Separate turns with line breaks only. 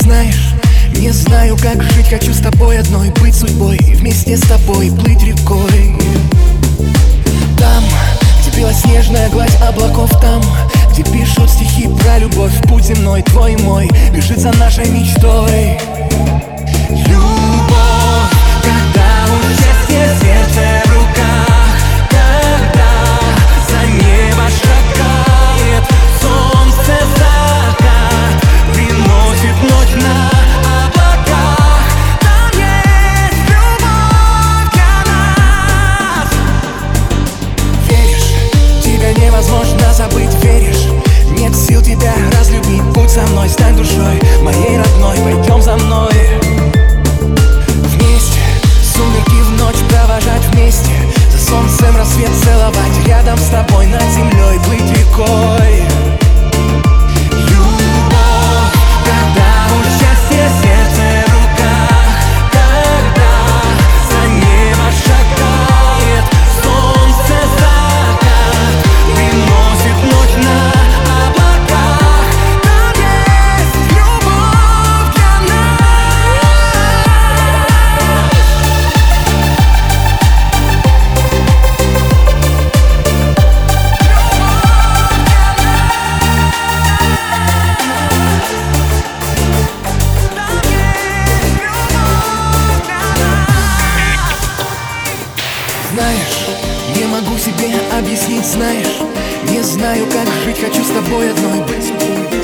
знаешь, не знаю, как жить, хочу с тобой одной, быть судьбой, вместе с тобой плыть рекой. Там, где белоснежная гладь облаков, там, где пишут стихи про любовь, путь земной, твой и мой, бежит за нашей мечтой. Любовь, когда у счастья сердце в руках, когда за небо шагает солнце, закат приносит ночь на облаках. Там есть любовь для нас. Веришь, тебя невозможно забыть, веришь, нет сил тебя разлюбить. Будь со мной, стань душой моей родной, пойдем за мной. Вместе сумерки в ночь провожать, вместе за солнцем рассвет целовать, рядом с тобой над землей плыть рекой. Любовь, когда у счастья сердце в руках, когда за небо шагает солнце, закат приносит ночь на облаках. Там есть любовь для нас. Знаешь, не могу себе объяснить, знаешь, не знаю, как жить, хочу с тобой одной быть.